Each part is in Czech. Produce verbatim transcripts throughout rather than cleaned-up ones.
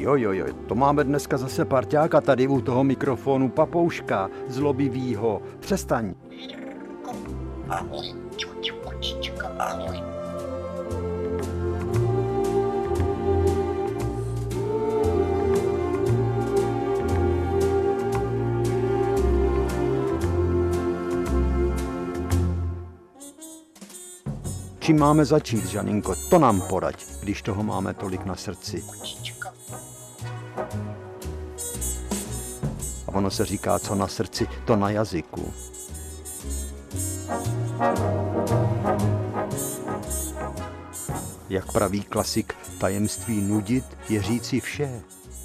Jo, jo, jo, to máme dneska zase parťáka tady u toho mikrofonu, papouška zlobivýho. Přestaň. Ahoj. Ahoj. Čím máme začít, Žaninko? To nám poraď, když toho máme tolik na srdci. A ono se říká, co na srdci, to na jazyku. Jak praví klasik, tajemství nudit je říci vše.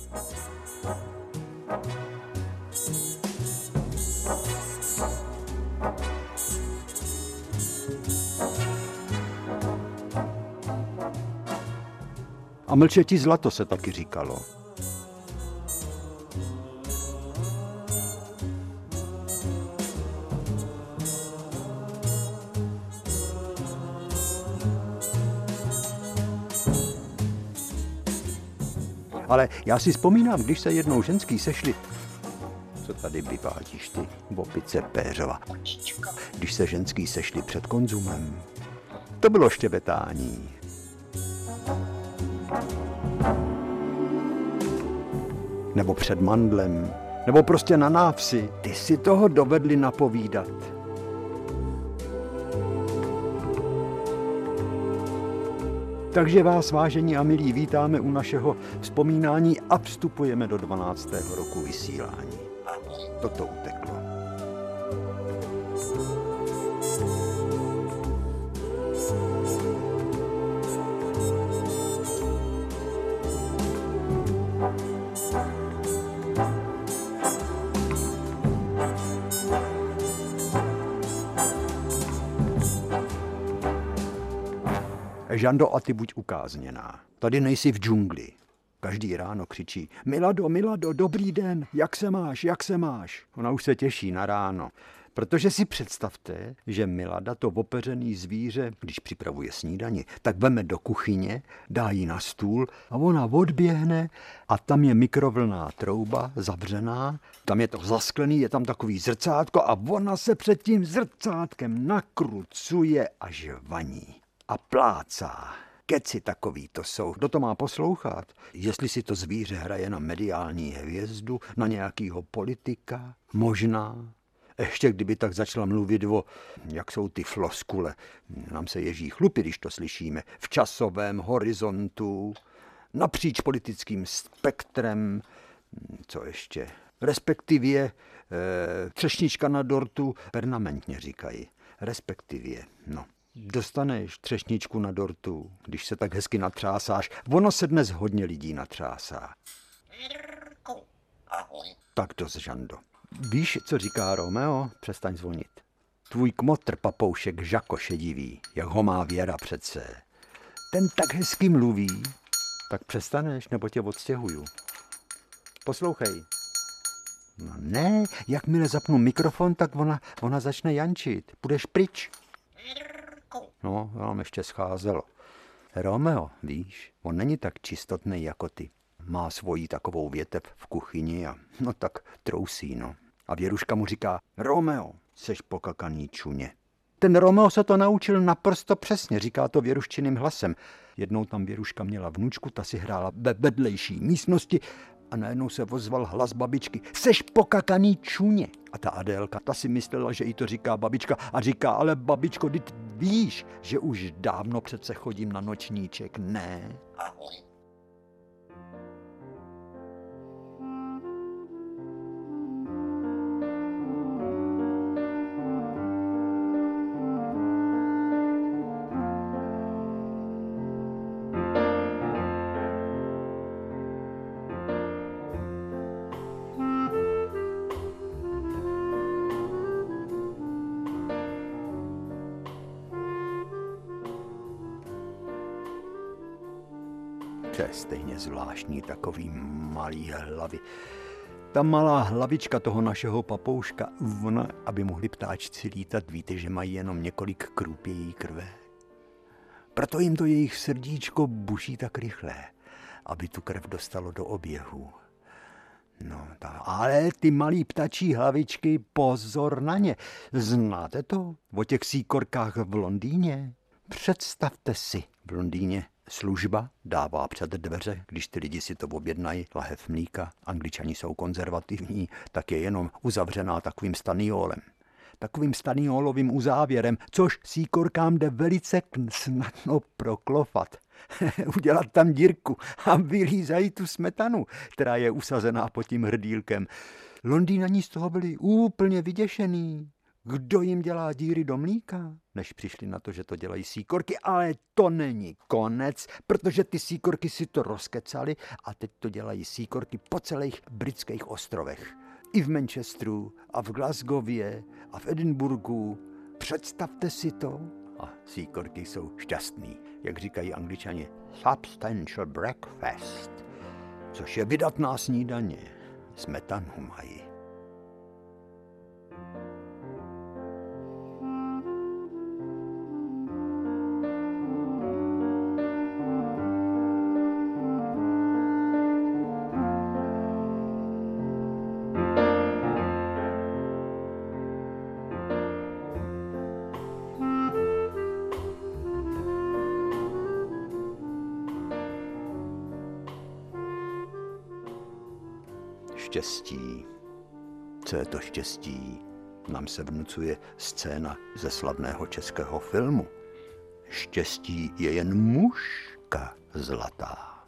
A mlčeti zlato se taky říkalo. Ale já si vzpomínám, když se jednou ženský sešli, co tady vyvádíš ty, opice Péřova, když se ženský sešli před konzumem, to bylo štěbetání. Nebo před mandlem, nebo prostě na návsi. Ty si toho dovedli napovídat. Takže vás, vážení a milí, vítáme u našeho vzpomínání a vstupujeme do dvanáctého roku vysílání. Toto uteklo. Žando, a ty buď ukázněná. Tady nejsi v džungli. Každý ráno křičí: Milado, Milado, dobrý den, jak se máš, jak se máš? Ona už se těší na ráno. Protože si představte, že Milada, to opeřený zvíře, když připravuje snídani, tak veme do kuchyně, dá ji na stůl a ona odběhne a tam je mikrovlnná trouba zavřená, tam je to zasklený, je tam takový zrcátko a ona se před tím zrcátkem nakrucuje a žvaní. A plácá. Keci takový to jsou. Kdo to má poslouchat? Jestli si to zvíře hraje na mediální hvězdu, na nějakýho politika? Možná. Ještě kdyby tak začala mluvit o, jak jsou ty floskule. Nám se ježí chlupy, když to slyšíme. V časovém horizontu, napříč politickým spektrem. Co ještě? Respektivě e, třešnička na dortu permanentně říkají. Respektivě, no. Dostaneš třešničku na dortu, když se tak hezky natřásáš. Ono se dnes hodně lidí natřásá. Tak dost, Žando. Víš, co říká Romeo? Přestaň zvonit. Tvůj kmotr, papoušek Žako šedivý, jak ho má Věra přece. Ten tak hezky mluví. Tak přestaneš, nebo tě odstěhuju. Poslouchej. No ne, jakmile zapnu mikrofon, tak ona, ona začne jančit. Půjdeš pryč. No, nám ještě scházelo. Romeo, víš, on není tak čistotnej jako ty. Má svoji takovou větev v kuchyni a no tak trousí, no. A Věruška mu říká: Romeo, seš pokakaný čuně. Ten Romeo se to naučil naprosto přesně, říká to Věruščiným hlasem. Jednou tam Věruška měla vnučku, ta si hrála ve vedlejší místnosti a najednou se ozval hlas babičky: Seš pokakaný čuně. A ta Adélka, ta si myslela, že jí to říká babička a říká: Ale babičko, ty víš, že už dávno přece chodím na nočníček, ne? Ahoj. To je stejně zvláštní, takový malý hlavy. Ta malá hlavička toho našeho papouška, ona, aby mohli ptáčci lítat, víte, že mají jenom několik krůpějí krve. Proto jim to jejich srdíčko buší tak rychle. aby tu krev dostalo do oběhu. No, ta, ale ty malý ptačí hlavičky, pozor na ně. Znáte to o těch síkorkách v Londýně? Představte si, v Londýně služba dává před dveře, když ty lidi si to objednají, lahev mlíka, Angličani jsou konzervativní, tak je jenom uzavřená takovým staniolem. Takovým staniolovým uzávěrem, což síkorkám jde velice snadno proklofat. Udělat tam dírku a vylízají tu smetanu, která je usazená pod tím hrdýlkem. Londýnani z toho byli úplně vyděšený. Kdo jim dělá díry do mlíka? Než přišli na to, že to dělají síkorky, ale to není konec, protože ty síkorky si to rozkecali a teď to dělají síkorky po celých britských ostrovech. I v Manchesteru, a v Glasgowě, a v Edinburgu. Představte si to. A síkorky jsou šťastný, jak říkají Angličani, substantial breakfast, což je vydatná snídaně. Smetanu mají. Štěstí. Co je to štěstí? Nám se vnucuje scéna ze slavného českého filmu. Štěstí je jen mužka zlatá.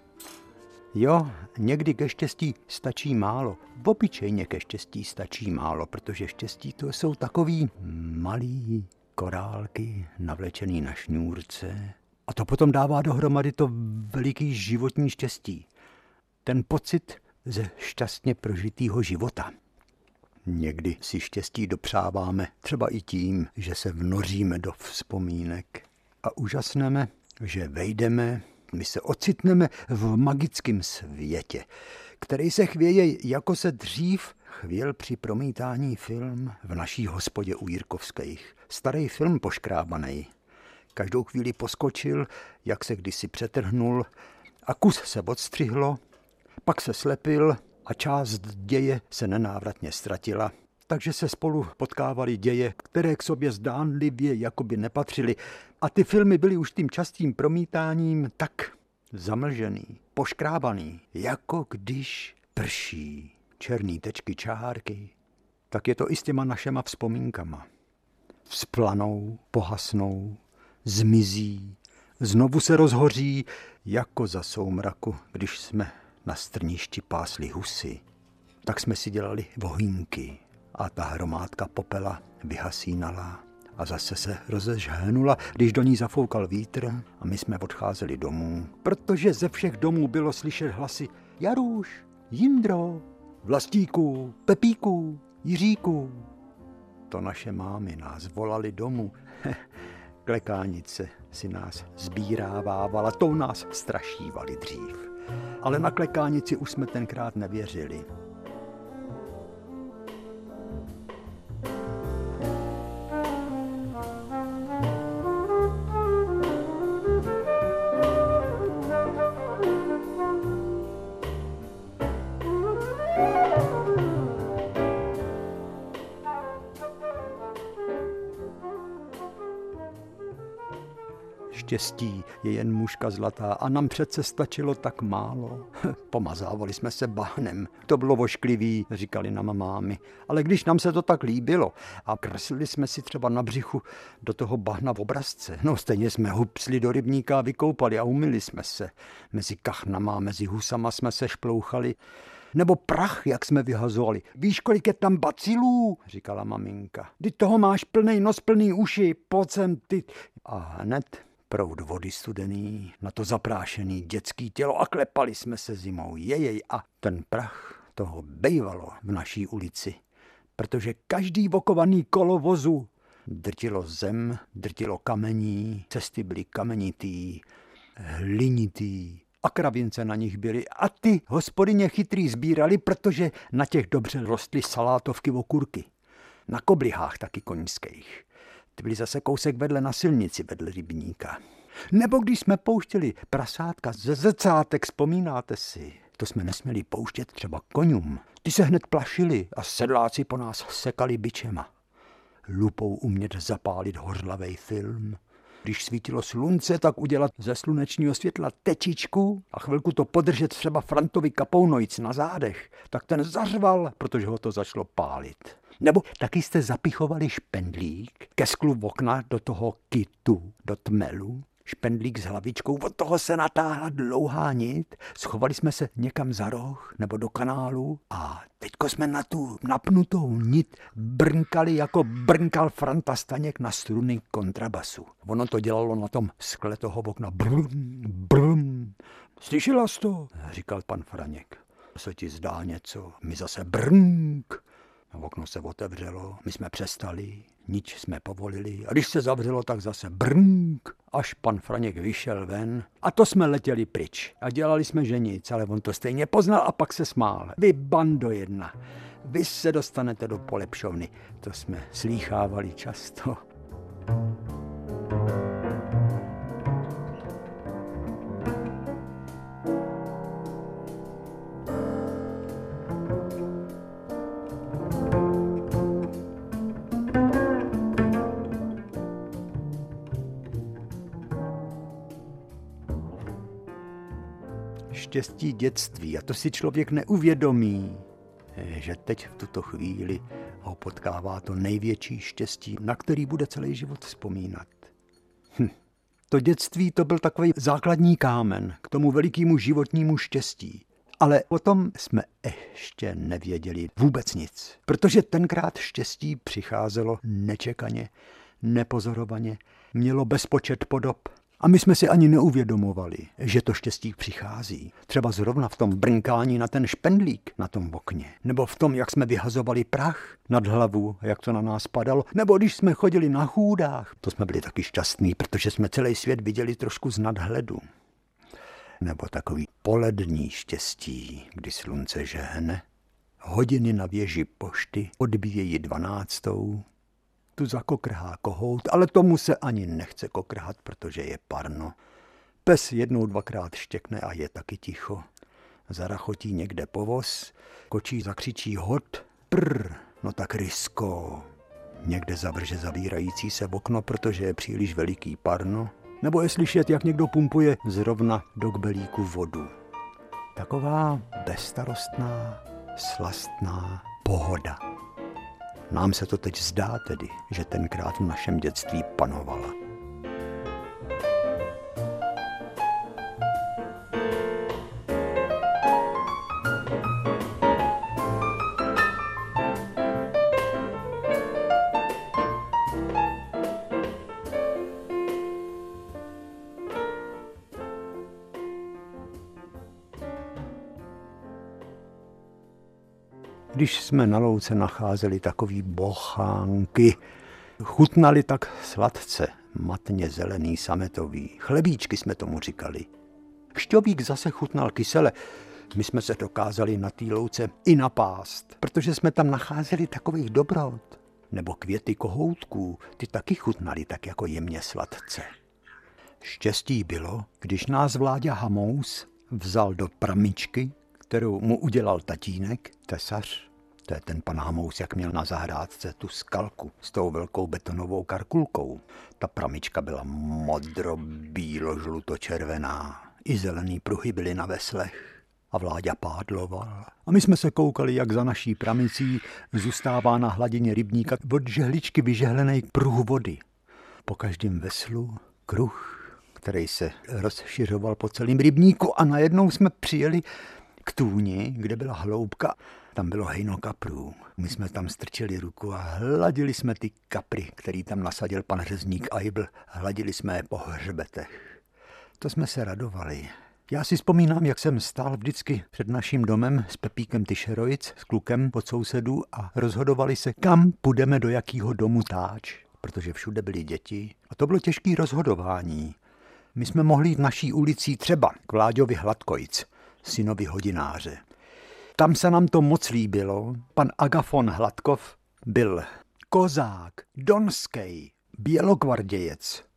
Jo, někdy ke štěstí stačí málo. Obyčejně ke štěstí stačí málo, protože štěstí to jsou takový malý korálky navlečený na šňůrce. A to potom dává dohromady to veliký životní štěstí. Ten pocit ze šťastně prožitýho života. Někdy si štěstí dopřáváme třeba i tím, že se vnoříme do vzpomínek a úžasneme, že vejdeme, my se ocitneme v magickém světě, který se chvěje, jako se dřív chvěl při promítání film v naší hospodě u Jirkovských. Starý film poškrábanej. Každou chvíli poskočil, jak se kdysi přetrhnul a kus se odstřihlo, pak se slepil a část děje se nenávratně ztratila, takže se spolu potkávaly děje, které k sobě zdánlivě jakoby nepatřily. A ty filmy byly už tím častým promítáním tak zamlžený, poškrábaný, jako když prší černý tečky čárky. Tak je to i s těma našema vzpomínkama. Vzplanou, pohasnou, zmizí, znovu se rozhoří, jako za soumraku, když jsme na strništi pásli husy, tak jsme si dělali vohýnky a ta hromádka popela vyhasínala a zase se rozežhénula, když do ní zafoukal vítr a my jsme odcházeli domů, protože ze všech domů bylo slyšet hlasy Jaruš, Jindro, Vlastíku, Pepíku, Jiříku. To naše mámy nás volali domů. Klekánice si nás sbírávávala, tou nás strašívali dřív. Ale na klekánici už jsme tenkrát nevěřili. Štěstí je jen mužka zlatá a nám přece stačilo tak málo. Pomazávali jsme se bahnem, to bylo vošklivý, říkali nám mámy. Ale když nám se to tak líbilo a kreslili jsme si třeba na břichu do toho bahna v obrazce, no stejně jsme hupsli do rybníka a vykoupali a umyli jsme se. Mezi kachnama, mezi husama jsme se šplouchali. Nebo prach, jak jsme vyhazovali. Víš, kolik je tam bacilů? Říkala maminka. Ty toho máš plnej nos, plný uši, pojď sem ty. A hned proud vody studený, na to zaprášený dětský tělo a klepali jsme se zimou. Jejej, a ten prach toho bejvalo v naší ulici, protože každý vokovaný kolo vozu drtilo zem, drtilo kamení, cesty byly kamenitý, hlinitý a kravince na nich byly a ty hospodyně chytrý sbírali, protože na těch dobře rostly salátovky okurky. Na koblihách taky koňských. Ty byly zase kousek vedle na silnici, vedle rybníka. Nebo když jsme pouštěli prasátka ze zrcátek, vzpomínáte si? To jsme nesměli pouštět třeba koňům. Ty se hned plašili a sedláci po nás sekali bičema. Lupou umět zapálit hořlavej film. Když svítilo slunce, tak udělat ze slunečního světla tečičku a chvilku to podržet třeba Frantovi Kapounojc na zádech, tak ten zařval, protože ho to začalo pálit. Nebo taky jste zapichovali špendlík ke sklu v okna do toho kytu, do tmelu. Špendlík s hlavičkou, od toho se natáhla dlouhá nit, schovali jsme se někam za roh nebo do kanálu a teďko jsme na tu napnutou nit brnkali, jako brnkal Franta Staněk na struny kontrabasu. Ono to dělalo na tom skle toho okna. Brum, brum. Slyšela jsi to? Říkal pan Franěk. Se ti zdá něco? My zase brnk. A okno se otevřelo, my jsme přestali, nič jsme povolili a když se zavřelo, tak zase brnk, až pan Franěk vyšel ven a to jsme letěli pryč a dělali jsme že nic, ale on to stejně poznal a pak se smál. Vy bando jedna, vy se dostanete do polepšovny, to jsme slýchávali často. Štěstí dětství a to si člověk neuvědomí, že teď v tuto chvíli ho potkává to největší štěstí, na který bude celý život vzpomínat. Hm. To dětství to byl takový základní kámen k tomu velikému životnímu štěstí. Ale o tom jsme ještě nevěděli vůbec nic, protože tenkrát štěstí přicházelo nečekaně, nepozorovaně, mělo bezpočet podob. A my jsme si ani neuvědomovali, že to štěstí přichází. Třeba zrovna v tom brnkání na ten špendlík na tom okně. Nebo v tom, jak jsme vyhazovali prach nad hlavu, jak to na nás padalo. Nebo když jsme chodili na chůdách. To jsme byli taky šťastní, protože jsme celý svět viděli trošku z nadhledu. Nebo takový polední štěstí, kdy slunce žehne. Hodiny na věži pošty odbíjejí dvanáctou. Tu zakokrhá kohout, ale tomu se ani nechce kokrhat, protože je parno. Pes jednou, dvakrát štěkne a je taky ticho. Zarachotí někde povoz, kočí zakřičí hod, prr, no tak rysko. Někde zavrže zavírající se okno, protože je příliš veliký parno. Nebo je slyšet, jak někdo pumpuje zrovna do kbelíku vodu. Taková bezstarostná, slastná pohoda. Nám se to teď zdá tedy, že tenkrát v našem dětství panovala. Když jsme na louce nacházeli takový bochánky, chutnali tak sladce, matně zelený sametový. Chlebíčky jsme tomu říkali. Šťovík zase chutnal kysele. My jsme se dokázali na té louce i napást, protože jsme tam nacházeli takových dobrot. Nebo květy kohoutků, ty taky chutnali tak jako jemně sladce. Štěstí bylo, když nás Vláďa Hamous vzal do pramičky, kterou mu udělal tatínek, tesař. To je ten pan Hamous, jak měl na zahrádce tu skalku s tou velkou betonovou karkulkou. Ta pramička byla modro-bílo-žluto-červená. I zelený pruhy byly na veslech. A Vláďa pádloval. A my jsme se koukali, jak za naší pramicí zůstává na hladině rybníka od žehličky vyžehlený pruh vody. Po každém veslu kruh, který se rozšiřoval po celém rybníku a najednou jsme přijeli k tůni, kde byla hloubka. Tam bylo hejno kaprů. My jsme tam strčili ruku a hladili jsme ty kapry, který tam nasadil pan řezník Eibl. Hladili jsme je po hřbetech. To jsme se radovali. Já si vzpomínám, jak jsem stál vždycky před naším domem s Pepíkem Tyšerovic, s klukem od sousedů a rozhodovali se, kam půjdeme do jakého domu táč, protože všude byly děti. A to bylo těžké rozhodování. My jsme mohli jít naší ulicí třeba k Vláďovi Hladkojc, synovi hodináře. Tam se nám to moc líbilo. Pan Agafon Hladkov byl kozák, donský, bělogvardějec.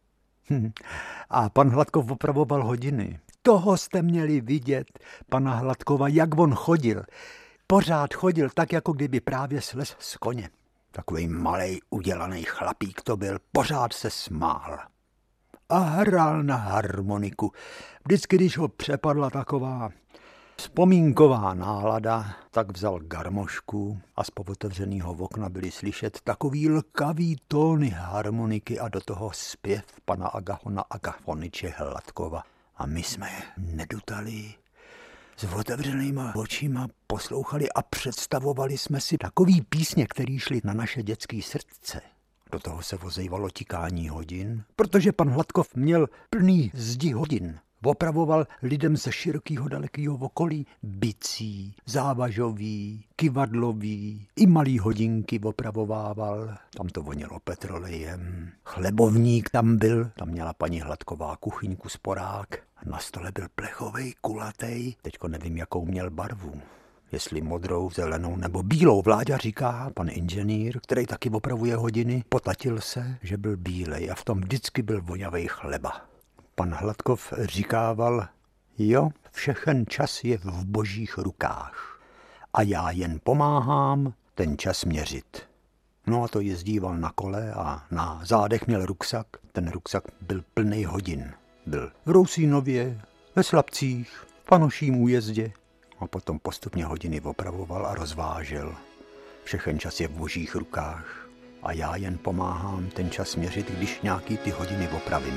Hm. A pan Hladkov opravoval hodiny. Toho jste měli vidět, pana Hladkova, jak on chodil. Pořád chodil tak, jako kdyby právě slez z koně. Takový malej udělaný chlapík to byl, pořád se smál. A hrál na harmoniku. Vždycky, když ho přepadla taková vzpomínková nálada, tak vzal garmošku a z otevřenýho okna byly slyšet takový lkavý tóny harmoniky a do toho zpěv pana Agahona Agafoniče Hladkova. A my jsme nedutali, s otevřenýma očima poslouchali a představovali jsme si takový písně, který šly na naše dětský srdce. Do toho se ozejvalo tikání hodin, protože pan Hladkov měl plný zdi hodin. Opravoval lidem ze širokého dalekého okolí bicí, závažový, kyvadlový, i malý hodinky opravovával. Tam to vonilo petrolejem. Chlebovník tam byl, tam měla paní Hladková kuchyňku sporák. Na stole byl plechovej, kulatej, teďko nevím, jakou měl barvu. Jestli modrou, zelenou nebo bílou. Vláďa říká, pan inženýr, který taky opravuje hodiny, potatil se, že byl bílej a v tom vždycky byl vonavej chleba. Pan Hladkov říkával, jo, všechen čas je v božích rukách a já jen pomáhám ten čas měřit. No a to jezdíval na kole a na zádech měl ruksak. Ten ruksak byl plný hodin. Byl v Rousínově, ve Slabcích, v Panoším újezdě a potom postupně hodiny opravoval a rozvážel. Všechen čas je v božích rukách a já jen pomáhám ten čas měřit, když nějaký ty hodiny opravím.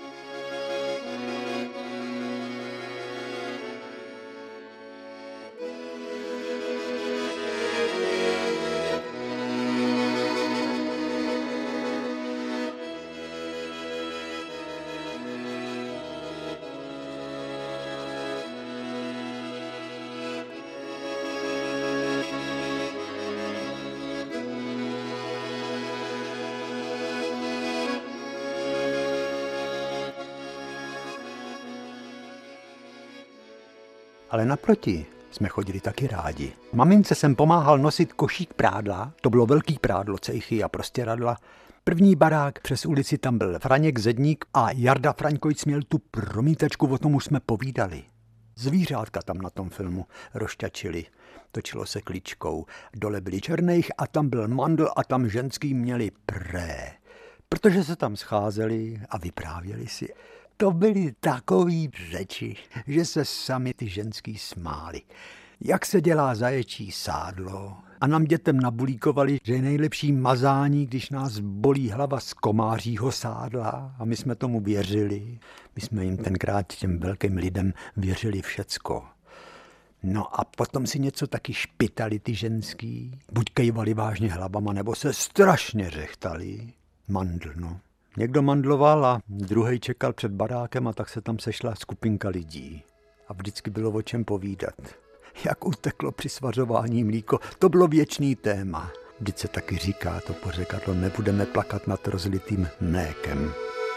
Ale naproti jsme chodili taky rádi. Mamince jsem pomáhal nosit košík prádla, to bylo velký prádlo, cejchy a prostěradla. První barák přes ulici, tam byl Franěk Zedník a Jarda Fraňkojc měl tu promítačku, o tom už jsme povídali. Zvířátka tam na tom filmu rozšťačili, točilo se kličkou. Dole byli černých a tam byl mandl a tam ženský měli pré. Protože se tam scházeli a vyprávěli si. To byly takový řeči, že se sami ty ženský smáli. Jak se dělá zaječí sádlo. A nám dětem nabulíkovali, že je nejlepší mazání, když nás bolí hlava z komářího sádla. A my jsme tomu věřili. My jsme jim tenkrát těm velkým lidem věřili všecko. No a potom si něco taky špitali ty ženský. Buď kejvali vážně hlavama, nebo se strašně řechtali. Mandl, no. Někdo mandloval a druhej čekal před barákem a tak se tam sešla skupinka lidí. A vždycky bylo o čem povídat. Jak uteklo při svařování mlíko, to bylo věčný téma. Vždyť se taky říká to pořekadlo, nebudeme plakat nad rozlitým mlékem.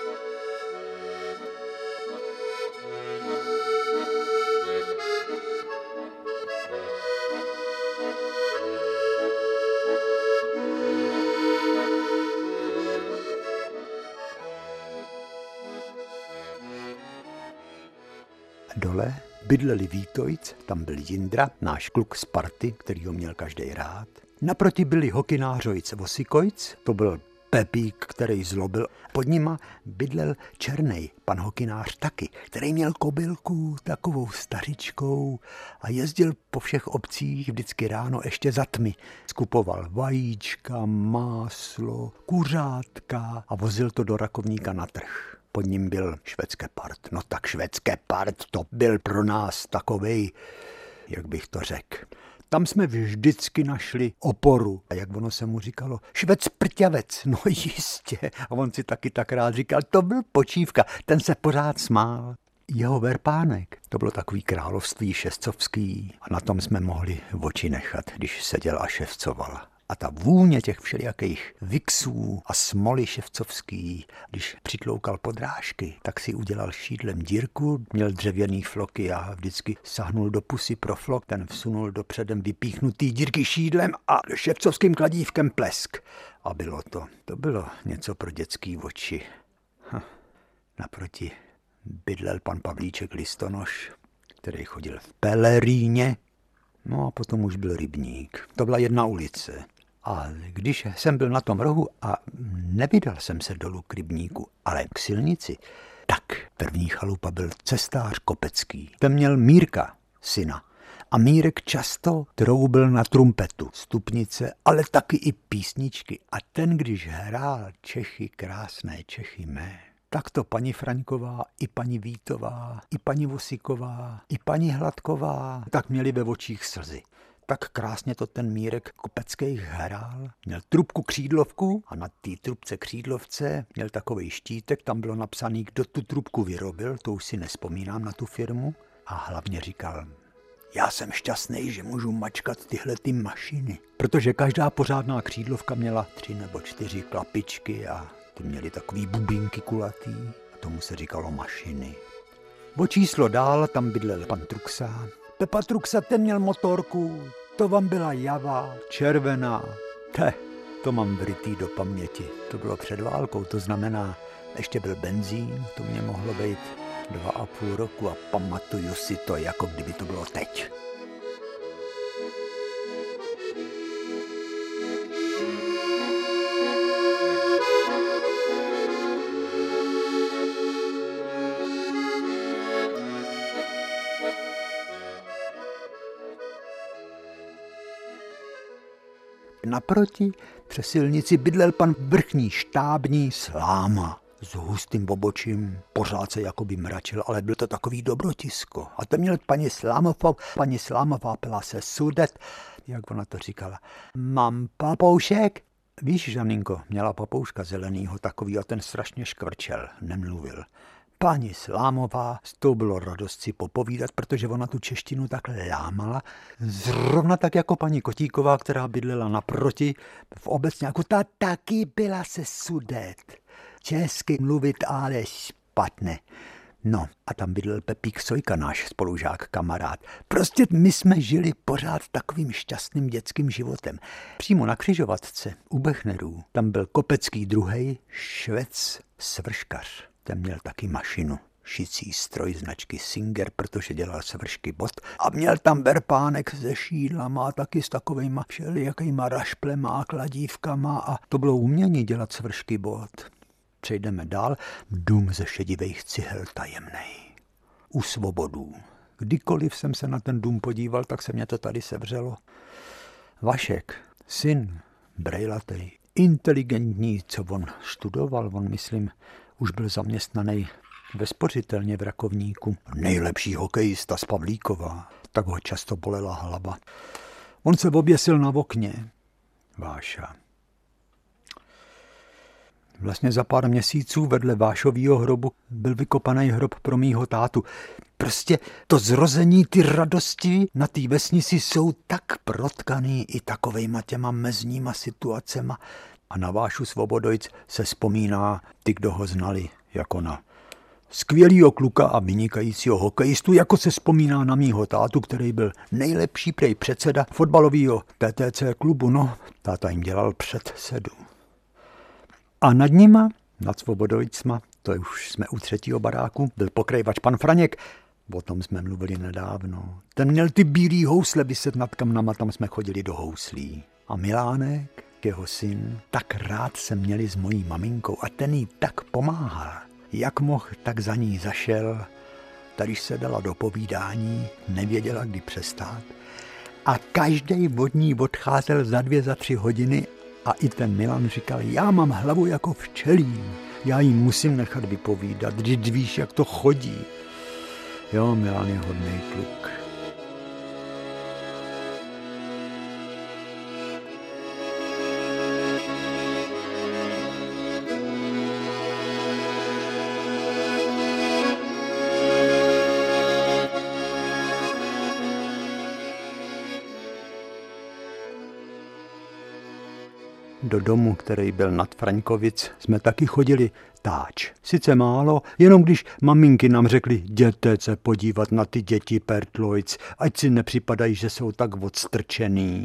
Dole bydleli Vítojc, tam byl Jindra, náš kluk z party, který ho měl každý rád. Naproti byli Hokynářojc Vosikojc, to byl Pepík, který zlobil. Pod nima bydlel Černej, pan Hokynář taky, který měl kobylku takovou stařičkou a jezdil po všech obcích vždycky ráno ještě za tmy. Skupoval vajíčka, máslo, kuřátka a vozil to do Rakovníka na trh. Pod ním byl švédské part. No tak švédské part, to byl pro nás takovej, jak bych to řekl. Tam jsme vždycky našli oporu. A jak ono se mu říkalo, švec prťavec, no jistě. A on si taky tak rád říkal, to byl počívka, ten se pořád smál. Jeho verpánek, to bylo takový království ševcovský a na tom jsme mohli oči nechat, když seděl a ševcoval. A ta vůně těch všelijakých vixů a smoly ševcovský, když přitloukal podrážky, tak si udělal šídlem dírku, měl dřevěný floky a vždycky sahnul do pusy pro flok, ten vsunul do předem vypíchnutý dírky šídlem a ševcovským kladívkem plesk. A bylo to, to bylo něco pro dětský oči. Hm. Naproti bydlel pan Pavlíček Listonoš, který chodil v peleríně, no a potom už byl rybník. To byla jedna ulice. A když jsem byl na tom rohu a nevydal jsem se dolů k rybníku, ale k silnici, tak první chalupa byl cestář Kopecký. Ten měl Mírka, syna. A Mírek často troubil na trumpetu, stupnice, ale taky i písničky. A ten, když hrál Čechy, krásné Čechy mé, tak to paní Fraňková, i paní Vítová, i paní Vosiková, i paní Hladková, tak měli ve očích slzy. Tak krásně to ten Mírek Kopecký hrál. Měl trubku křídlovku a na té trubce křídlovce měl takovej štítek, tam bylo napsaný, kdo tu trubku vyrobil, to už si nespomínám na tu firmu. A hlavně říkal, já jsem šťastný, že můžu mačkat tyhle ty mašiny. Protože každá pořádná křídlovka měla tři nebo čtyři klapičky a ty měly takový bubínky kulatý. A tomu se říkalo mašiny. O číslo dál tam bydlel pan Truxa. Pepa Truxa, ten měl motorku, to vám byla java, červená. Te, to mám vrytý do paměti. To bylo před válkou, to znamená, ještě byl benzín, to mě mohlo být dva a půl roku a pamatuju si to, jako kdyby to bylo teď. Naproti přes silnici bydlel pan vrchní štábní Sláma s hustým obočím, pořád se jakoby mračil, ale byl to takový dobrotisko. A ten měl paní Slámová, paní Slámová pila se sudet, jak ona to říkala, mám papoušek? Víš, Žaninko, měla papouška zelenýho takový a ten strašně škvrčel, nemluvil. Paní Slámová, s tou bylo radost si popovídat, protože ona tu češtinu takhle lámala. Zrovna tak jako paní Kotíková, která bydlela naproti v obecňáku, ta taky byla se sudet. Česky mluvit, ale špatně. No a tam bydlel Pepík Sojka, náš spolužák, kamarád. Prostě my jsme žili pořád takovým šťastným dětským životem. Přímo na křižovatce u Bechnerů, tam byl Kopecký druhej, švec, svrškař. Ten měl taky mašinu, šicí stroj značky Singer, protože dělal svršky bot. A měl tam berpánek se šídlama a taky s takovejma všelijakýma rašplema a kladívkama a to bylo umění dělat svršky bot. Přejdeme dál. Dům ze šedivých cihel tajemnej. U Svobodů. Kdykoliv jsem se na ten dům podíval, tak se mě to tady sevřelo. Vašek, syn, brejlatej, inteligentní, co on studoval, on myslím, už byl zaměstnaný ve spořitelně v Rakovníku. Nejlepší hokejista z Pavlíkova, tak ho často bolela hlava. On se oběsil na okně. Váša. Vlastně za pár měsíců vedle Vášovýho hrobu byl vykopaný hrob pro mýho tátu. Prostě to zrození, ty radosti na té vesnici jsou tak protkaný i takovejma těma mezníma situacema. A na Vášu Svobodojc se vzpomíná ty, kdo ho znali, jako na skvělýho kluka a vynikajícího hokejistu, jako se vzpomíná na mýho tátu, který byl nejlepší prej předseda fotbalového T T C klubu. No, táta jim dělal předsedu. A nad nima, nad Svobodojcma, to už jsme u třetího baráku, byl pokrejvač pan Franěk. O tom jsme mluvili nedávno. Ten měl ty bílý housle vyset nad kamnama, tam jsme chodili do houslí. A Milánek, jeho syn, tak rád se měli s mojí maminkou a ten jí tak pomáhal. Jak mohl, tak za ní zašel. Tady se dala do povídání, nevěděla, kdy přestát. A každý od ní odcházel za dvě, za tři hodiny a i ten Milan říkal, já mám hlavu jako včelí, já jí musím nechat vypovídat, když víš, jak to chodí. Jo, Milan je hodnej kluk. Do domu, který byl nad Fraňkovic, jsme taky chodili táč. Sice málo, jenom když maminky nám řekly, jděte se podívat na ty děti Pertlojc, ať si nepřipadají, že jsou tak odstrčený.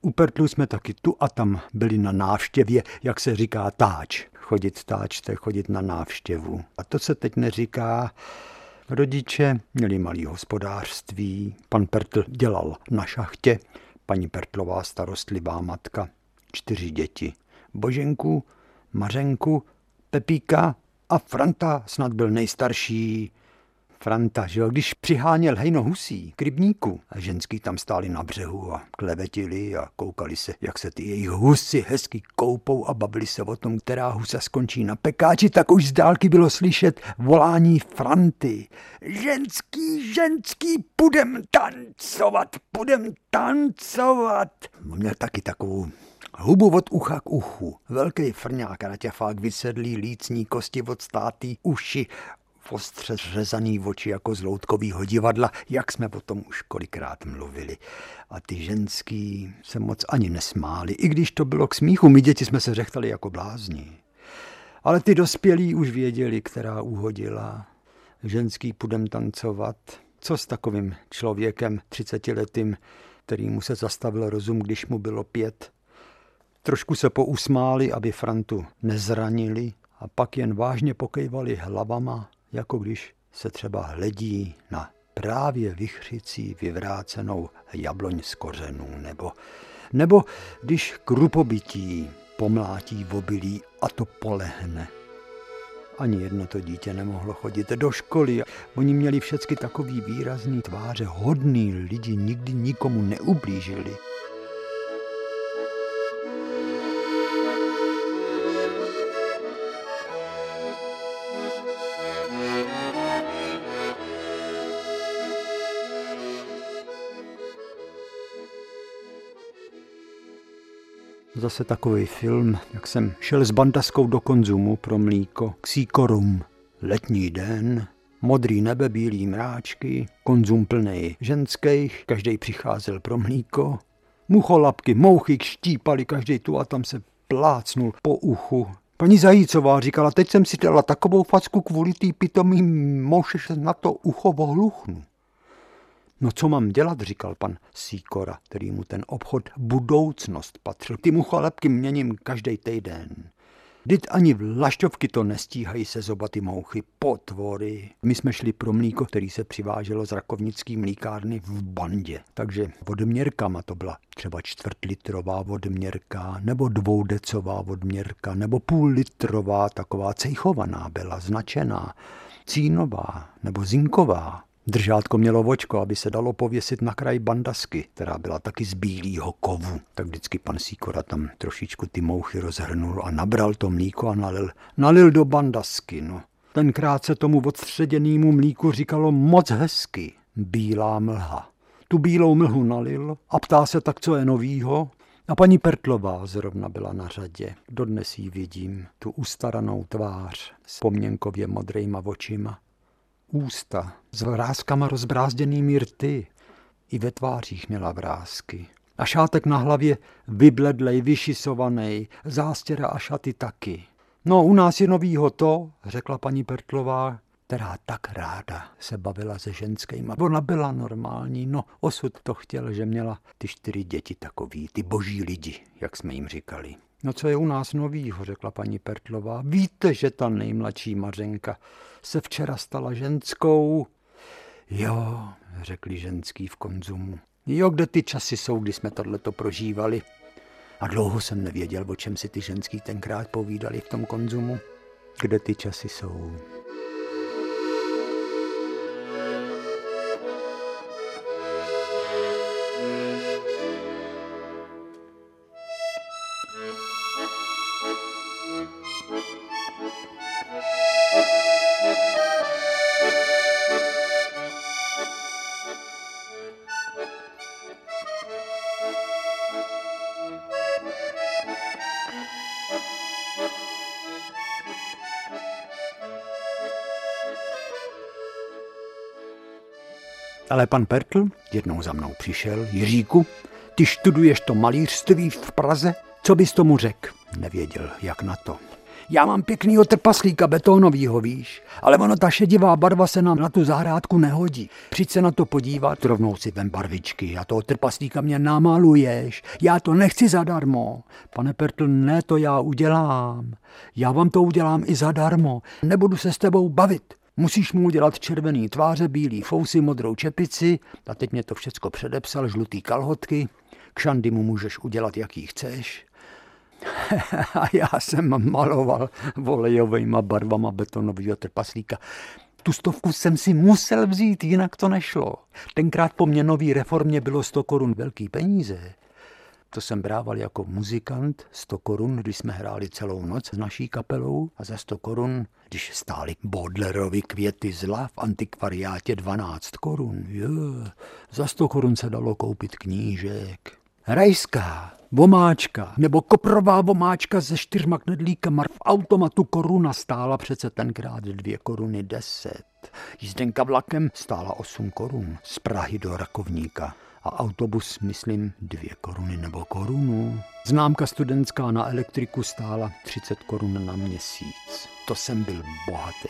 U Pertlů jsme taky tu a tam byli na návštěvě, jak se říká táč. Chodit táč, to je chodit na návštěvu. A to se teď neříká. Rodiče měli malý hospodářství, pan Pertl dělal na šachtě, paní Pertlová starostlivá matka, čtyři děti. Boženku, Mařenku, Pepíka a Franta snad byl nejstarší. Franta, že jo, když přiháněl hejno husí k rybníku a ženský tam stáli na břehu a klevetili a koukali se, jak se ty jejich husy hezky koupou a bavili se o tom, která husa skončí na pekáči, tak už z dálky bylo slyšet volání Franty. Ženský, ženský, půjdem tancovat, půjdem tancovat. Měl taky takovou hubu od ucha k uchu, velký frňák, raťafák, vysedlý lícní kosti od státý uši, ostře řezaný oči jako z loutkovýho divadla, jak jsme o tom už kolikrát mluvili. A ty ženský se moc ani nesmáli, i když to bylo k smíchu, my děti jsme se řechtali jako blázni. Ale ty dospělí už věděli, která uhodila. Ženský půjdem tancovat. Co s takovým člověkem třicetiletým, který mu se zastavil rozum, když mu bylo pět? Trošku se pousmáli, aby Frantu nezranili, a pak jen vážně pokejvali hlavama, jako když se třeba hledí na právě vychřicí vyvrácenou jabloň z kořenů, nebo, nebo když krupobytí pomlátí v obilí a to polehne. Ani jedno to dítě nemohlo chodit do školy. Oni měli všechny takový výrazný tváře, hodný lidi, nikdy nikomu neublížili. Zase takový film, jak jsem šel s bandaskou do konzumu pro mlíko k Síkorum. Letní den, modrý nebe, bílý mráčky, konzum plnej ženských, každej přicházel pro mlíko. Mucholapky, mouchy štípali, každej tu a tam se plácnul po uchu. Paní Zajícová říkala, teď jsem si dala takovou facku kvůli tý pitomý mouše, že na to ucho ohluchnu. No co mám dělat, říkal pan Sýkora, který mu ten obchod budoucnost patřil. Ty mucholepky měním každý týden. Vždyť ani vlašťovky to nestíhají se zobaty mouchy, potvory. My jsme šli pro mlíko, který se přiváželo z rakovnický mlíkárny v bandě. Takže vodměrkama to byla třeba čtvrtlitrová vodměrka, nebo dvoudecová vodměrka, nebo půllitrová, taková cejchovaná byla, značená, cínová nebo zinková. Držátko mělo vočko, aby se dalo pověsit na kraj bandasky, která byla taky z bílýho kovu. Tak vždycky pan Sýkora tam trošičku ty mouchy rozhrnul a nabral to mlíko a nalil, nalil do bandasky. No. Tenkrát se tomu odstředěnému mlíku říkalo moc hezky, bílá mlha. Tu bílou mlhu nalil a ptá se tak, co je novýho. A paní Pertlová zrovna byla na řadě. Dodnes jí vidím, tu ustaranou tvář s pomněnkově modrejma očima. Ústa s vrázkama rozbrázděnými rty. I ve tvářích měla vrásky. A šátek na hlavě vybledlej, vyšisovanej, zástěra a šaty taky. No, u nás je novýho to, řekla paní Pertlová, která tak ráda se bavila se ženskýma. Ona byla normální, no osud to chtěl, že měla ty čtyři děti takový, ty boží lidi, jak jsme jim říkali. No co je u nás novýho, řekla paní Pertlová. Víte, že ta nejmladší Mařenka se včera stala ženskou? Jo, řekli ženský v konzumu. Jo, kde ty časy jsou, kdy jsme tohleto prožívali? A dlouho jsem nevěděl, o čem si ty ženský tenkrát povídali v tom konzumu. Kde ty časy jsou? Ale pan Pertl jednou za mnou přišel. Jiříku, ty študuješ to malířství v Praze? Co bys tomu řekl? Nevěděl, jak na to. Já mám pěknýho trpaslíka betonovýho, víš, ale ono ta šedivá barva se nám na tu zahrádku nehodí. Přijď se na to podívat, rovnou si vem barvičky a toho trpaslíka mě namaluješ. Já to nechci zadarmo. Pane Pertl, ne, to já udělám. Já vám to udělám i zadarmo. Nebudu se s tebou bavit. Musíš mu udělat červený tváře, bílý fousy, modrou čepici, a teď mě to všecko předepsal, žlutý kalhotky, kšandy mu můžeš udělat, jaký chceš. A já jsem maloval volejovejma barvama betonovýho trpaslíka. Tu stovku jsem si musel vzít, jinak to nešlo. Tenkrát po měnový reformě bylo sto korun velký peníze. To jsem brával jako muzikant, sto korun, když jsme hráli celou noc s naší kapelou, a za sto korun, když stály Baudelarovy Květy zla v antikvariátě dvanáct korun. Jo, za sto korun se dalo koupit knížek. Rajská vomáčka nebo koprová vomáčka se čtyřma knedlíkama v automatu koruna stála přece tenkrát dvě koruny deset. Jízdenka vlakem stála osm korun z Prahy do Rakovníka. A autobus, myslím, dvě koruny nebo korunu. Známka studentská na elektriku stála třicet korun na měsíc. To jsem byl bohatý.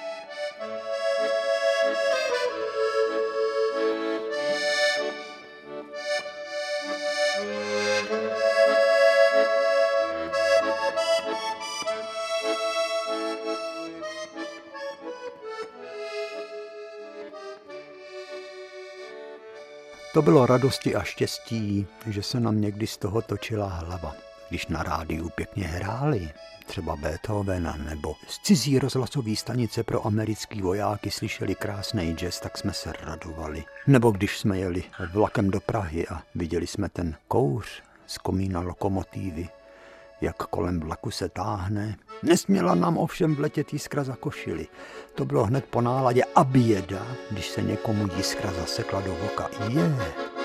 To bylo radosti a štěstí, že se nám někdy z toho točila hlava. Když na rádiu pěkně hráli, třeba Beethovena, nebo z cizí rozhlasové stanice pro americký vojáky slyšeli krásný jazz, tak jsme se radovali. Nebo když jsme jeli vlakem do Prahy a viděli jsme ten kouř z komína lokomotivy, jak kolem vlaku se táhne. Nesměla nám ovšem vletět jiskra za košili. To bylo hned po náladě a běda, když se někomu jiskra zasekla do voka. Je.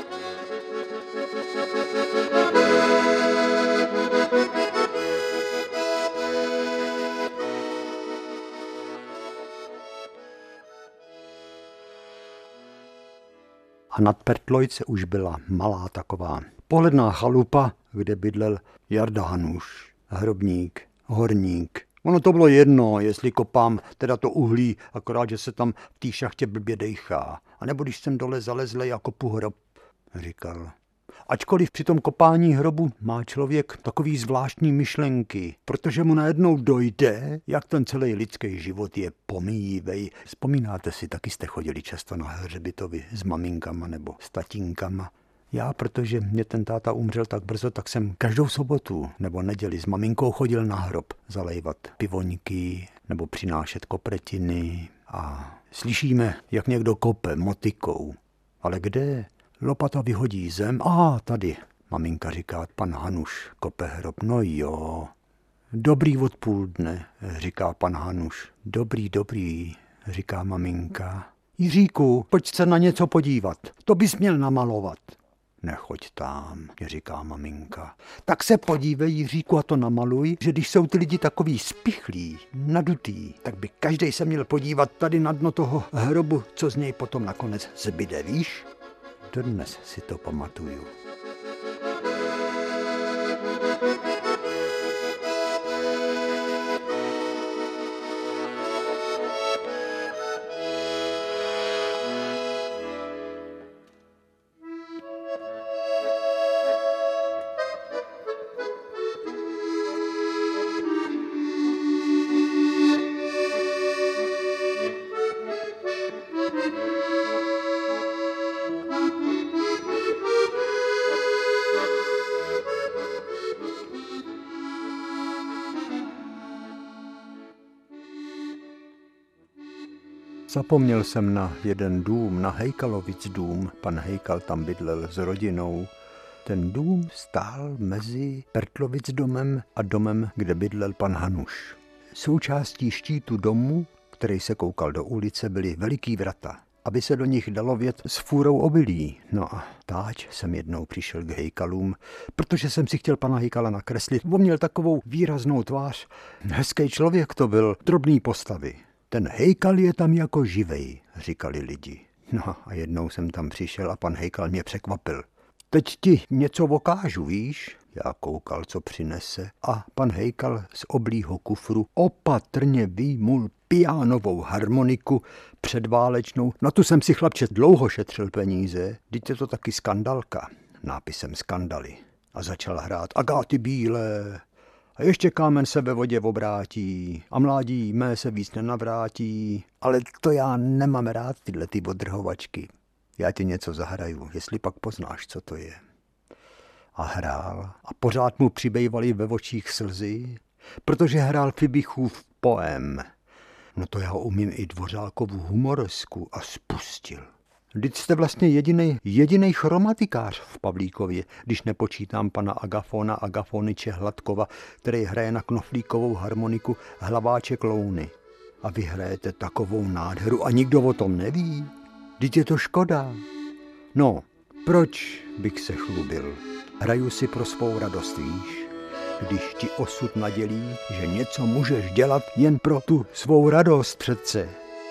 A nad Pertlojce už byla malá taková pohledná chalupa, kde bydlel Jarda Hanuš, hrobník, horník. Ono to bylo jedno, jestli kopám teda to uhlí, akorát, že se tam v té šachtě blbě dejchá. A nebo když jsem dole zalezl a kopu hrob, říkal. Ačkoliv při tom kopání hrobu má člověk takový zvláštní myšlenky, protože mu najednou dojde, jak ten celý lidský život je pomíjivej. Vzpomínáte si, taky jste chodili často na hřbitovy s maminkama nebo s tatínkama. Já, protože mě ten táta umřel tak brzo, tak jsem každou sobotu nebo neděli s maminkou chodil na hrob zalejvat pivoňky nebo přinášet kopretiny a slyšíme, jak někdo kope motikou. Ale kde? Lopata vyhodí zem. A tady, maminka říká, pan Hanuš kope hrob. No jo. Dobrý odpoledne, říká pan Hanuš. Dobrý, dobrý, říká maminka. Jiříku, pojď se na něco podívat. To bys měl namalovat. Nechoď tam, říká maminka. Tak se podívej, Jiříku, a to namaluj, že když jsou ty lidi takový spichlí, nadutý, tak by každej se měl podívat tady na dno toho hrobu, co z něj potom nakonec zbyde, víš? Dodnes si to pamatuju. Zapomněl jsem na jeden dům, na Hejkalovic dům. Pan Hejkal tam bydlel s rodinou. Ten dům stál mezi Pertlovic domem a domem, kde bydlel pan Hanuš. Součástí štítu domu, který se koukal do ulice, byly veliký vrata, aby se do nich dalo vjet s fůrou obilí. No a táč jsem jednou přišel k Hejkalům, protože jsem si chtěl pana Hejkala nakreslit. On měl takovou výraznou tvář. Hezký člověk to byl, drobný postavy. Ten Hejkal je tam jako živej, říkali lidi. No a jednou jsem tam přišel a pan Hejkal mě překvapil. Teď ti něco vokážu, víš? Já koukal, co přinese, a pan Hejkal z oblího kufru opatrně vyjmul pianovou harmoniku předválečnou. Na tu jsem si, chlapče, dlouho šetřil peníze, vždyť je to taky skandalka, nápisem Skandaly. A začal hrát Agáty bílé. A ještě kámen se ve vodě obrátí a mládí mé se víc nenavrátí. Ale to já nemám rád, tyhle ty odrhovačky. Já ti něco zahraju, jestli pak poznáš, co to je. A hrál a pořád mu přibývaly ve očích slzy, protože hrál Fibichův poem. No to já umím i Dvořákovu humoresku a spustil. Vždyť jste vlastně jedinej, jedinej chromatikář v Pavlíkově, když nepočítám pana Agafona Agafoniče Hladkova, který hraje na knoflíkovou harmoniku Hlaváček louny. A vy hrajete takovou nádheru a nikdo o tom neví. Vždyť je to škoda. No, proč bych se chlubil? Hraju si pro svou radost, víš? Když ti osud nadělí, že něco můžeš dělat jen pro tu svou radost přece.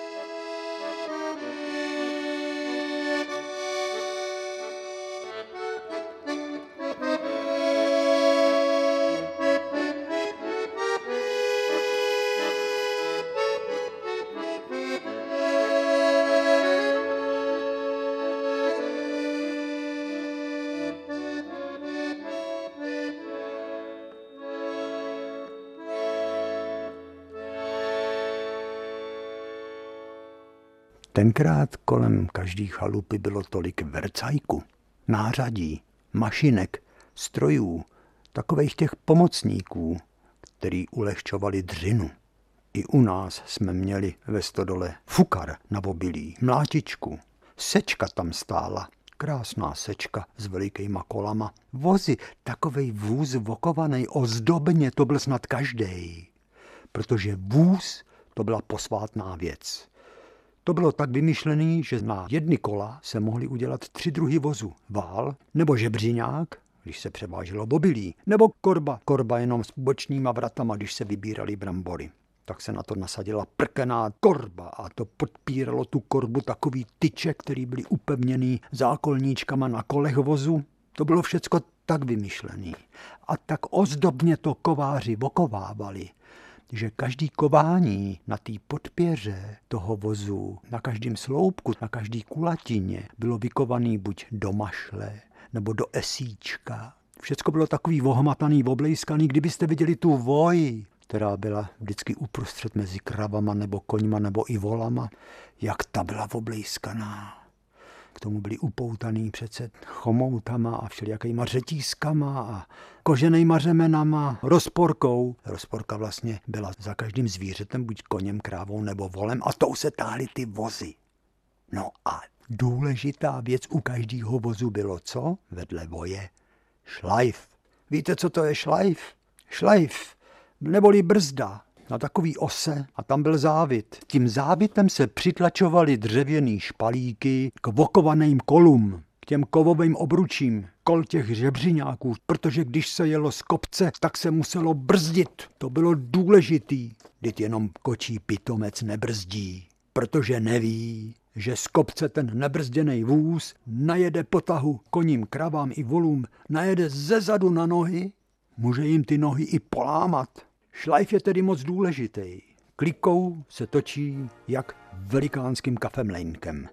Tenkrát kolem každý chalupy bylo tolik vercajku, nářadí, mašinek, strojů, takových těch pomocníků, který ulehčovali dřinu. I u nás jsme měli ve stodole fukar na obilí, mlátičku, sečka tam stála, krásná sečka s velikýma kolama, vozy, takovej vůz vokovaný ozdobně, to byl snad každej, protože vůz to byla posvátná věc. To bylo tak vymyšlený, že na jedny kola se mohly udělat tři druhy vozu. Vál, nebo žebříňák, když se převáželo obilí, nebo korba. Korba jenom s bočníma vratama, když se vybíraly brambory. Tak se na to nasadila prkená korba a to podpíralo tu korbu takový tyče, který byly upevněný zákolníčkama na kolech vozu. To bylo všecko tak vymyšlený. A tak ozdobně to kováři vokovávali, že každý kování na té podpěře toho vozu, na každém sloupku, na každý kulatině bylo vykovaný buď do mašle, nebo do esíčka. Všecko bylo takový ohmataný, oblejskaný, kdybyste viděli tu voj, která byla vždycky uprostřed mezi kravama, nebo koňma, nebo i volama, jak ta byla oblejskaná. K tomu byli upoutaný přece chomoutama a všelijakýma řetízkama a koženejma řemenama, rozporkou. Rozporka vlastně byla za každým zvířetem, buď koněm, krávou nebo volem, a tou se táhly ty vozy. No a důležitá věc u každého vozu bylo co? Vedle voje šlajf. Víte, co to je šlajf? Šlajf, neboli brzda. Na takový ose a tam byl závit. Tím závitem se přitlačovaly dřevěný špalíky k vokovaným kolům, k těm kovovým obručím, kol těch žebřiňáků, protože když se jelo z kopce, tak se muselo brzdit. To bylo důležitý. Vždyť jenom kočí pitomec nebrzdí, protože neví, že z kopce ten nebrzděnej vůz najede po tahu koním, kravám i volům, najede zezadu na nohy, může jim ty nohy i polámat. Šlajf je tedy moc důležitý. Klikou se točí jak velikánským kafemlejnkem.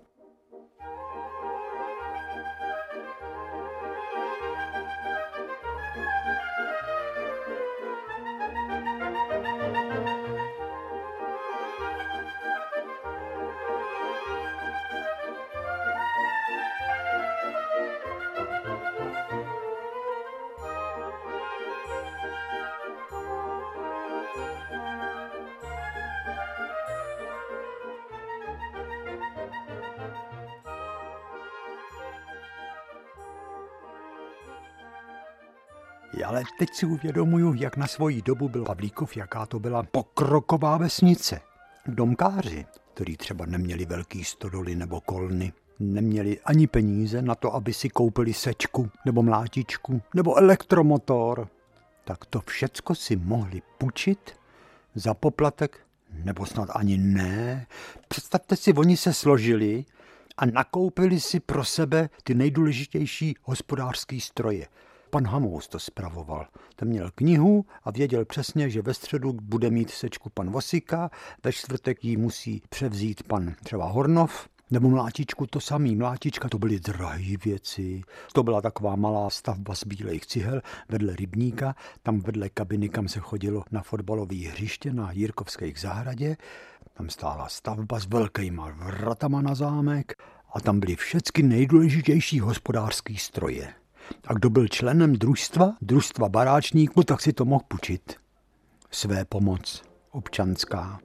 Ale teď si uvědomuju, jak na svoji dobu byl Pavlíkov, jaká to byla pokroková vesnice. Domkáři, kteří třeba neměli velký stodoly nebo kolny, neměli ani peníze na to, aby si koupili sečku nebo mlátičku nebo elektromotor, tak to všecko si mohli půjčit za poplatek, nebo snad ani ne. Představte si, oni se složili a nakoupili si pro sebe ty nejdůležitější hospodářské stroje. Pan Hamous to spravoval. Ten měl knihu a věděl přesně, že ve středu bude mít sečku pan Vosika, ve čtvrtek ji musí převzít pan třeba Hornov, nebo mlátičku to samý. Mlátička to byly drahé věci. To byla taková malá stavba z bílejch cihel vedle rybníka, tam vedle kabiny, kam se chodilo na fotbalové hřiště na Jirkovských zahradě. Tam stála stavba s velkýma vratama na zámek a tam byly všechny nejdůležitější hospodářský stroje. A kdo byl členem družstva, družstva baráčníků, tak si to mohl půjčit. Své pomoc občanská.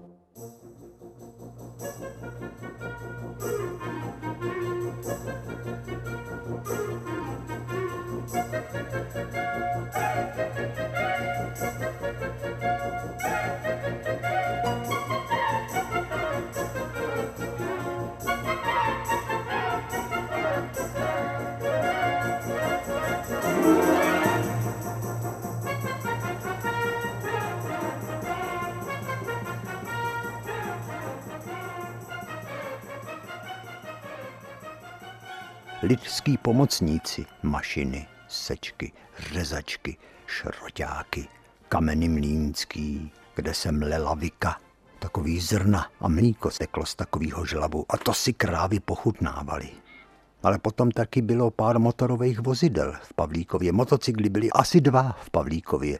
Lidský pomocníci, mašiny, sečky, řezačky, šroťáky, kameny mlýnský, kde se mlela vika, takový zrna a mlíko teklo z takovýho žlabu a to si krávy pochutnávaly. Ale potom taky bylo pár motorových vozidel v Pavlíkově. Motocykly byly asi dva v Pavlíkově.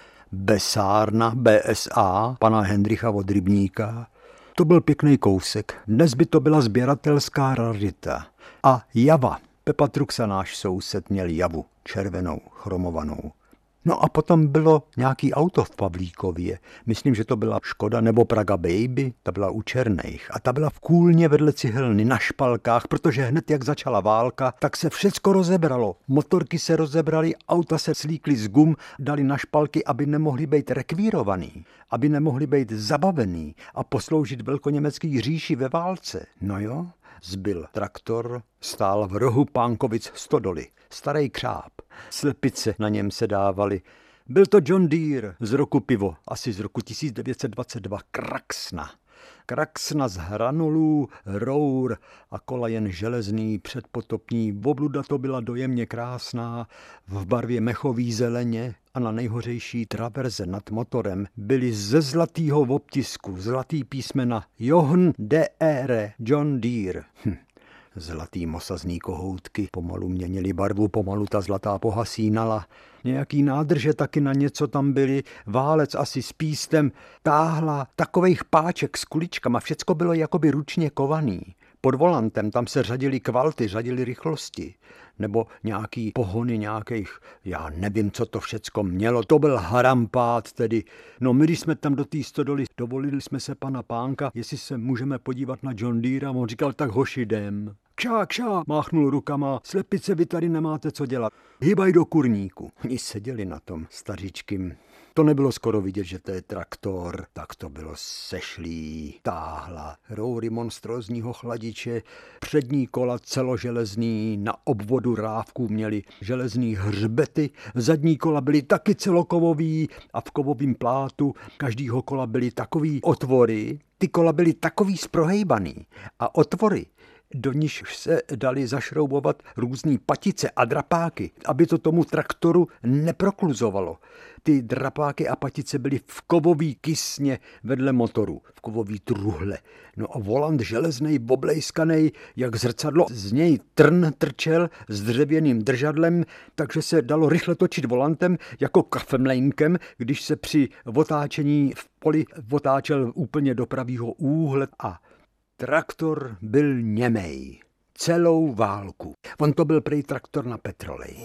Besárna, B S A, pana Hendricha od Rybníka. To byl pěkný kousek. Dnes by to byla sběratelská rarita. A Java. Pepa Truxa, náš soused, měl Javu, červenou, chromovanou. No a potom bylo nějaký auto v Pavlíkově. Myslím, že to byla Škoda nebo Praga Baby, ta byla u Černých. A ta byla v kůlně vedle cihelny na špalkách, protože hned jak začala válka, tak se všecko rozebralo. Motorky se rozebraly, auta se slíkly z gum, dali na špalky, aby nemohli být rekvírovaný, aby nemohli být zabavený a posloužit velkoněmecký říši ve válce. No jo, zbyl traktor, stál v rohu Pánkovic stodoly. Starý křáp. Slepice na něm se dávaly. Byl to John Deere z roku pivo, asi z roku tisíc devět set dvacet dva, Kraxna. Kraxna z hranolů, rour a kola jen železný, předpotopní. Obluda to byla dojemně krásná, v barvě mechový zeleně a na nejhořejší traverze nad motorem byly ze zlatýho obtisku zlatý písmena John Deere, John Deere. Hm. Zlatý mosazný kohoutky pomalu měnily barvu, pomalu ta zlatá pohasínala. Nějaký nádrže taky na něco tam byly, válec asi s pístem, táhla takovejch páček s kuličkama, všecko bylo jakoby ručně kovaný. Pod volantem tam se řadily kvalty, řadily rychlosti, nebo nějaký pohony nějakých, já nevím, co to všecko mělo, to byl harampát tedy. No my, když jsme tam do té stodoly, dovolili jsme se pana Pánka, jestli se můžeme podívat na John Deere, a on říkal, tak hoši jdem. Kšá, kšá, máchnul rukama, slepice, vy tady nemáte co dělat. Hýbaj do kurníku. Oni seděli na tom stařičkým. To nebylo skoro vidět, že to je traktor, tak to bylo sešlý, táhla, roury monstrózního chladiče, přední kola celoželezný, na obvodu rávků měli železný hřbety, zadní kola byly taky celokovový a v kovovém plátu každýho kola byly takový otvory, ty kola byly takový sprohejbaný a otvory, do níž se dali zašroubovat různý patice a drapáky, aby to tomu traktoru neprokluzovalo. Ty drapáky a patice byly v kovový kysně vedle motoru, v kovový truhle. No a volant železnej, boblejskanej, jak zrcadlo, z něj trn trčel s dřevěným držadlem, takže se dalo rychle točit volantem jako kafemlejnkem, když se při otáčení v poli otáčel úplně do pravýho úhle a traktor byl němej. Celou válku. On to byl prej traktor na petrolej.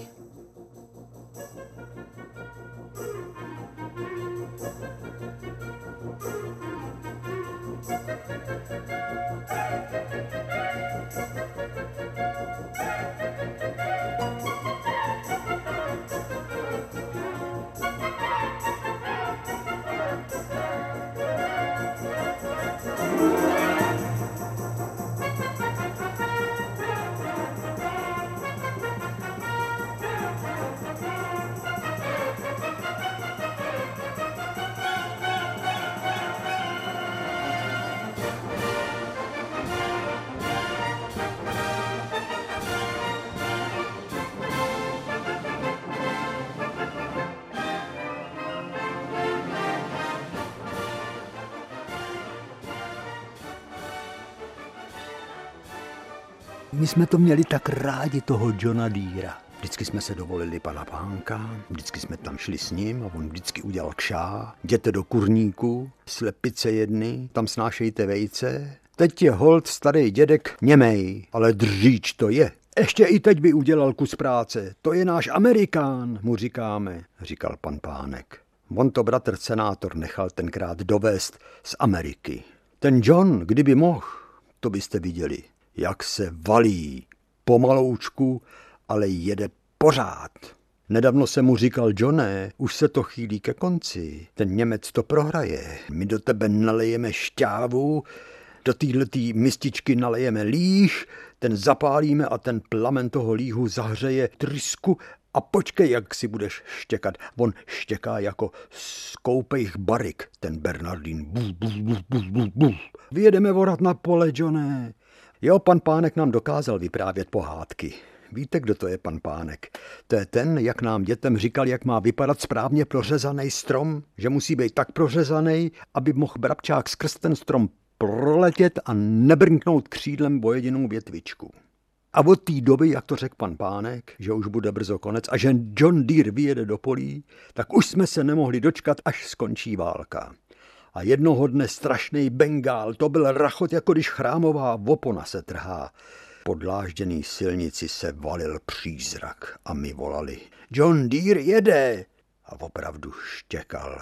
my jsme to měli tak rádi, toho Johna Deera. Vždycky jsme se dovolili pana Pánka, vždycky jsme tam šli s ním a on vždycky udělal kšá. Jděte do kurníku, slepice jedny, tam snášejte vejce. Teď je holt starý dědek němej, ale dříč to je. Ještě i teď by udělal kus práce, to je náš Amerikán, mu říkáme, říkal pan Pánek. On to bratr senátor nechal tenkrát dovést z Ameriky. Ten John, kdyby mohl, to byste viděli, jak se valí pomaloučku, ale jede pořád. Nedávno jsem mu říkal, Johne, už se to chýlí ke konci, ten Němec to prohraje, my do tebe nalejeme šťávu, do téhletý mističky nalejeme líh, ten zapálíme a ten plamen toho líhu zahřeje trysku a počkej, jak si budeš štěkat. On štěká jako z koupejch barik, ten Bernardín. Bul, bul, bul, bul, bul, bul. Vyjedeme vorat na pole, Johne. Jo, pan Pánek nám dokázal vyprávět pohádky. Víte, kdo to je pan Pánek? To je ten, jak nám dětem říkal, jak má vypadat správně prořezaný strom, že musí být tak prořezaný, aby mohl brabčák skrz ten strom proletět a nebrnknout křídlem o jedinou větvičku. A od té doby, jak to řekl pan Pánek, že už bude brzo konec a že John Deere vyjede do polí, tak už jsme se nemohli dočkat, až skončí válka. A jednoho dne strašný bengál, to byl rachot, jako když chrámová opona se trhá. Po dlážděný silnici se valil přízrak a my volali, John Deere jede! A opravdu štěkal.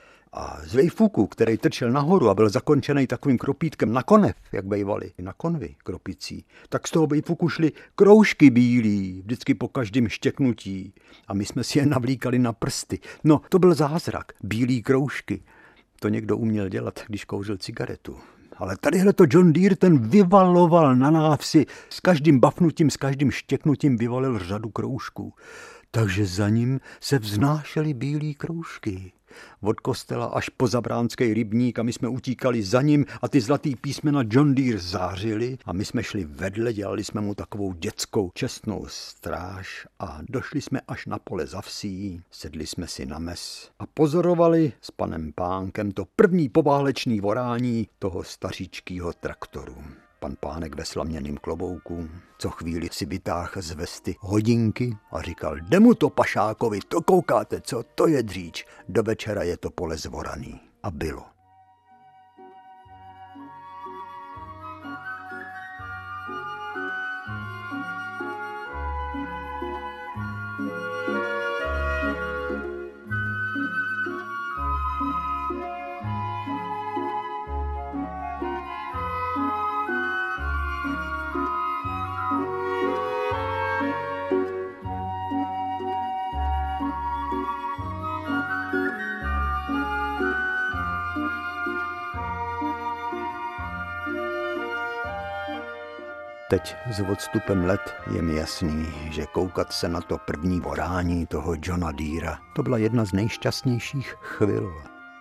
A z vejfuku, který trčel nahoru a byl zakončený takovým kropítkem na konev, jak bejvali, na konvy kropicí, tak z toho vejfuku šly kroužky bílý, vždycky po každém štěknutí. A my jsme si je navlíkali na prsty. No, to byl zázrak, bílý kroužky. To někdo uměl dělat, když kouřil cigaretu. Ale tadyhle to John Deere, ten vyvaloval na návsi, s každým bafnutím, s každým štěknutím vyvalil řadu kroužků. Takže za ním se vznášely bílý kroužky. Od kostela až po Zabránský rybník a my jsme utíkali za ním a ty zlatý písmena John Deere zářily a my jsme šli vedle, dělali jsme mu takovou dětskou čestnou stráž a došli jsme až na pole za vsí, sedli jsme si na mes a pozorovali s panem Pánkem to první poválečný vorání toho staříčkýho traktoru. Pan Pánek ve slaměným klobouku, co chvíli si vytáhl z vesty hodinky a říkal, jde mu to pašákovi, to koukáte, co, to je dříč, do večera je to pole zvoraný. A bylo. Teď s odstupem let je mi jasný, že koukat se na to první vorání toho Johna Deera, to byla jedna z nejšťastnějších chvil.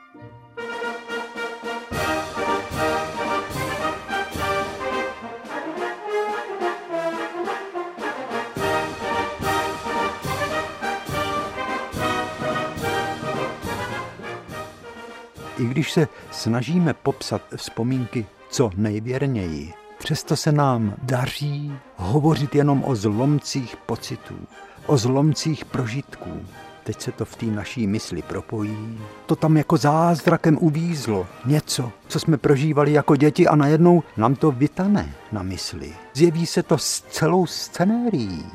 I když se snažíme popsat vzpomínky co nejvěrněji, přesto se nám daří hovořit jenom o zlomcích pocitů, o zlomcích prožitků. Teď se to v té naší mysli propojí. To tam jako zázrakem uvízlo. Něco, co jsme prožívali jako děti a najednou nám to vytane na mysli. Zjeví se to s celou scenérií.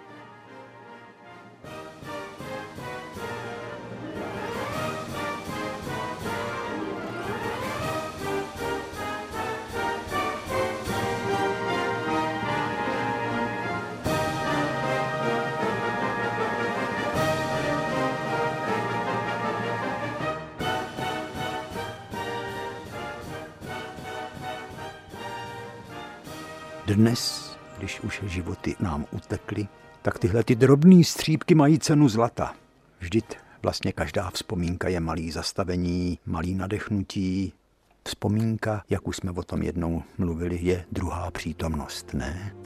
Dnes, když už životy nám utekly, tak tyhle ty drobný střípky mají cenu zlata. Vždyť vlastně každá vzpomínka je malý zastavení, malý nadechnutí. Vzpomínka, jak už jsme o tom jednou mluvili, je druhá přítomnost, ne?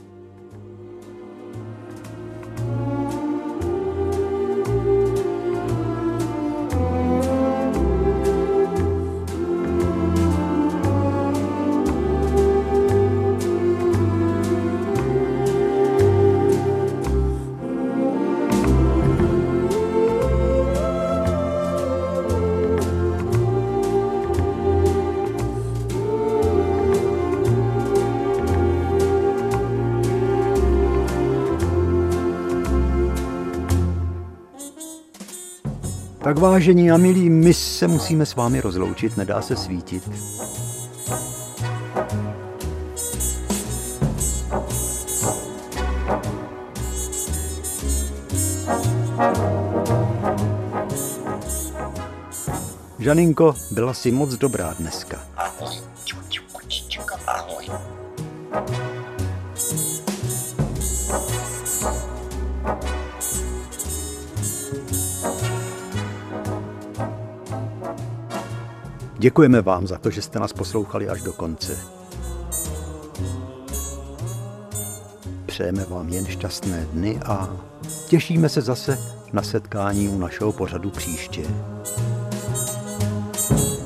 Tak vážení a milí, my se musíme s vámi rozloučit, nedá se svítit. Žaninko, byla si moc dobrá dneska. Ahoj, čuču, kočička, ahoj. Děkujeme vám za to, že jste nás poslouchali až do konce. Přejeme vám jen šťastné dny a těšíme se zase na setkání u našeho pořadu příště.